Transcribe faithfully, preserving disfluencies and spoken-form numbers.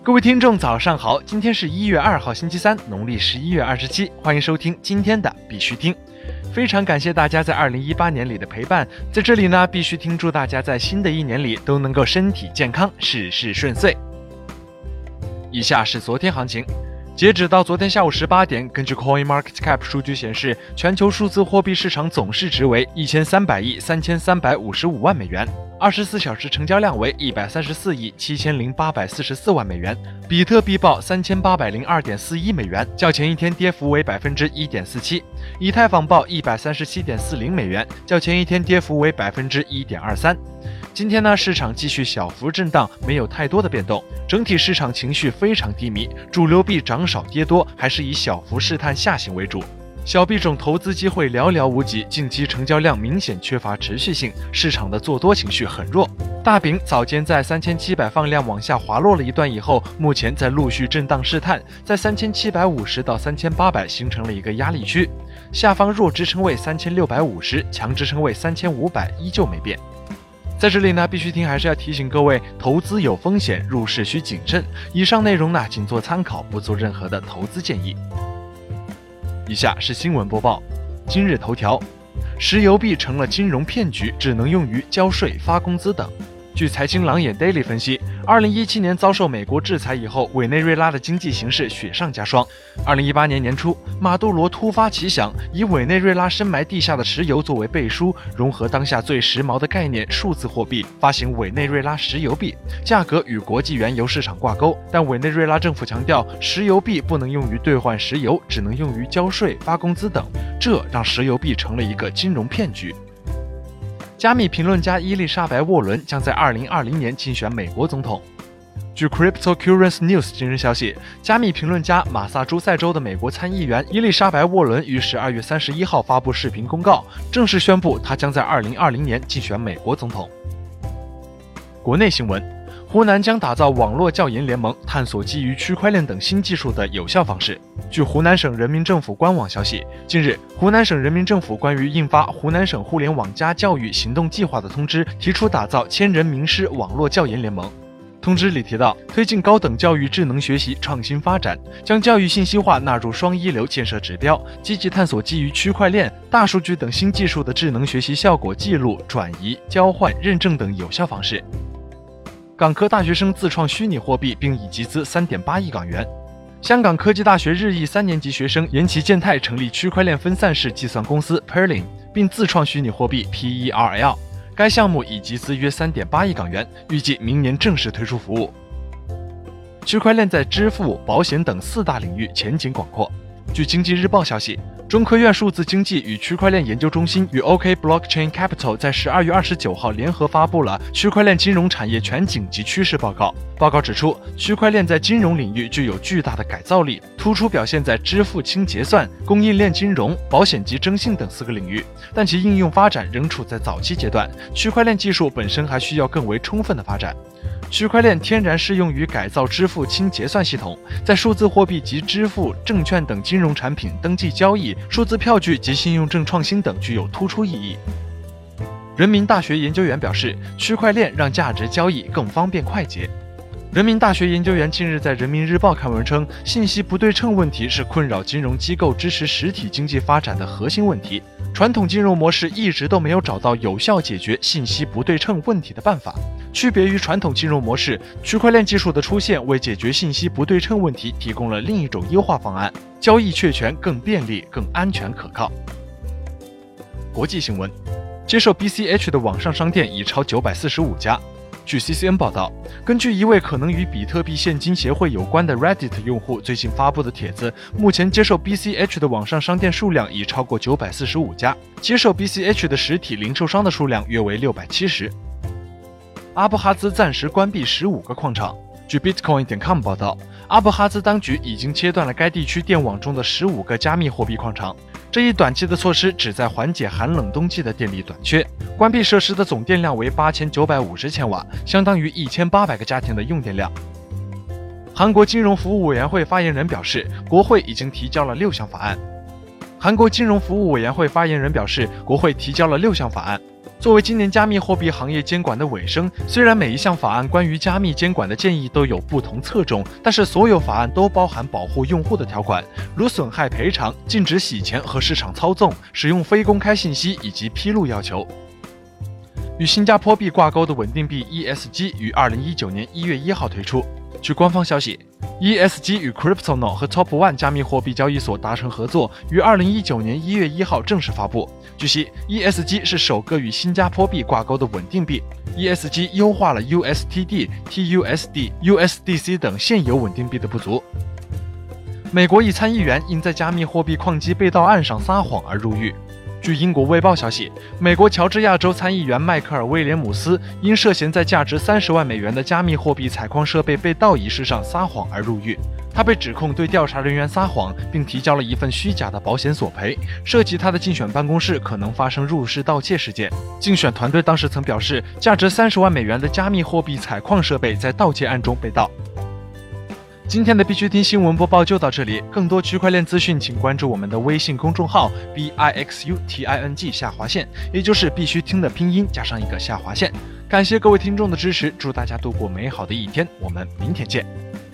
各位听众早上好，今天是一月二号星期三，农历十一月二十七，欢迎收听今天的必须听。非常感谢大家在二零一八年里的陪伴，在这里呢必须听祝大家在新的一年里都能够身体健康，事事顺遂。以下是昨天行情。截止到昨天下午十八点，根据 CoinMarketCap 数据显示，全球数字货币市场总市值为一千三百亿三千三百五十五万美元，二十四小时成交量为一百三十四亿七千零八百四十四万美元，比特币报三千八百零二点四一美元，较前一天跌幅为百分之一点四七；以太坊报一百三十七点四零美元，较前一天跌幅为百分之一点二三。今天呢，市场继续小幅震荡，没有太多的变动，整体市场情绪非常低迷，主流币涨少跌多，还是以小幅试探下行为主。小币种投资机会寥寥无几，近期成交量明显缺乏持续性，市场的做多情绪很弱。大饼早间在三千七百放量往下滑落了一段以后，目前在陆续震荡试探，在三千七百五十到三千八百形成了一个压力区，下方弱支撑位三千六百五十，强支撑位三千五百依旧没变。在这里呢，必须听还是要提醒各位，投资有风险，入市需谨慎。以上内容呢，仅做参考，不做任何的投资建议。以下是新闻播报。今日头条：石油币成了金融骗局，只能用于交税、发工资等。据财经朗眼 Daily 分析，二零一七年遭受美国制裁以后，委内瑞拉的经济形势雪上加霜。二零一八年年初，马杜罗突发奇想，以委内瑞拉深埋地下的石油作为背书，融合当下最时髦的概念数字货币，发行委内瑞拉石油币，价格与国际原油市场挂钩。但委内瑞拉政府强调，石油币不能用于兑换石油，只能用于交税、发工资等，这让石油币成了一个金融骗局。加密评论家伊丽莎白·沃伦将在二零二零年竞选美国总统。据 Cryptocurrency News 今日消息，加密评论家马萨诸塞州的美国参议员伊丽莎白·沃伦于十二月三十一号发布视频公告，正式宣布她将在二零二零年竞选美国总统。国内新闻：湖南将打造网络教研联盟，探索基于区块链等新技术的有效方式。据湖南省人民政府官网消息，近日，湖南省人民政府关于印发《湖南省互联网加教育行动计划》的通知，提出打造千人名师网络教研联盟。通知里提到，推进高等教育智能学习创新发展，将教育信息化纳入双一流建设指标，积极探索基于区块链、大数据等新技术的智能学习效果记录、转移、交换、认证等有效方式。港科大学生自创虚拟货币，并已集资 三点八亿港元。香港科技大学日裔三年级学生岩崎健太成立区块链分散式计算公司 Perlin， 并自创虚拟货币 P E R L。该项目已集资约 三点八亿港元，预计明年正式推出服务。区块链在支付、保险等四大领域前景广阔。据经济日报消息，中科院数字经济与区块链研究中心与 OK Blockchain Capital 在十二月二十九号联合发布了区块链金融产业全景及趋势报告。报告指出，区块链在金融领域具有巨大的改造力，突出表现在支付清结算、供应链金融、保险及征信等四个领域，但其应用发展仍处在早期阶段，区块链技术本身还需要更为充分的发展。区块链天然适用于改造支付清结算系统，在数字货币及支付、证券等金融产品登记交易、数字票据及信用证创新等具有突出意义。人民大学研究员表示，区块链让价值交易更方便快捷。人民大学研究员近日在人民日报刊文称，信息不对称问题是困扰金融机构支持实体经济发展的核心问题，传统金融模式一直都没有找到有效解决信息不对称问题的办法。区别于传统金融模式，区块链技术的出现为解决信息不对称问题提供了另一种优化方案，交易确权更便利、更安全可靠。国际新闻：接受 B C H 的网上商店已超九百四十五家。据 C C N 报道，根据一位可能与比特币现金协会有关的 Reddit 用户最近发布的帖子，目前接受 B C H 的网上商店数量已超过九百四十五家，接受 B C H 的实体零售商的数量约为六百七十。阿布哈兹暂时关闭十五个矿场。据 Bitcoin 点 com 报道，阿布哈兹当局已经切断了该地区电网中的十五个加密货币矿场。这一短期的措施旨在缓解寒冷冬季的电力短缺。关闭设施的总电量为八千九百五十千瓦，相当于一千八百个家庭的用电量。韩国金融服务委员会发言人表示，国会已经提交了六项法案。韩国金融服务委员会发言人表示，国会提交了六项法案。 作为今年加密货币行业监管的尾声，虽然每一项法案关于加密监管的建议都有不同侧重，但是所有法案都包含保护用户的条款，如损害赔偿、禁止洗钱和市场操纵、使用非公开信息以及披露要求。与新加坡币挂钩的稳定币 E S G 于二零一九年一月一号推出。据官方消息 ，E S G 与 Cryptono 和 Top One 加密货币交易所达成合作，于二零一九年一月一号正式发布。据悉 ，E S G 是首个与新加坡币挂钩的稳定币。E S G 优化了 U S T D、T U S D、U S D C 等现有稳定币的不足。美国一参议员因在加密货币矿机被盗案上撒谎而入狱。据英国卫报消息，美国乔治亚州参议员迈克尔·威廉姆斯因涉嫌在价值三十万美元的加密货币采矿设备被盗一事上撒谎而入狱。他被指控对调查人员撒谎，并提交了一份虚假的保险索赔，涉及他的竞选办公室可能发生入室盗窃事件。竞选团队当时曾表示，价值三十万美元的加密货币采矿设备在盗窃案中被盗。今天的必须听新闻播报就到这里，更多区块链资讯请关注我们的微信公众号 B I X U T I N G 下划线，也就是必须听的拼音加上一个下划线。感谢各位听众的支持，祝大家度过美好的一天，我们明天见。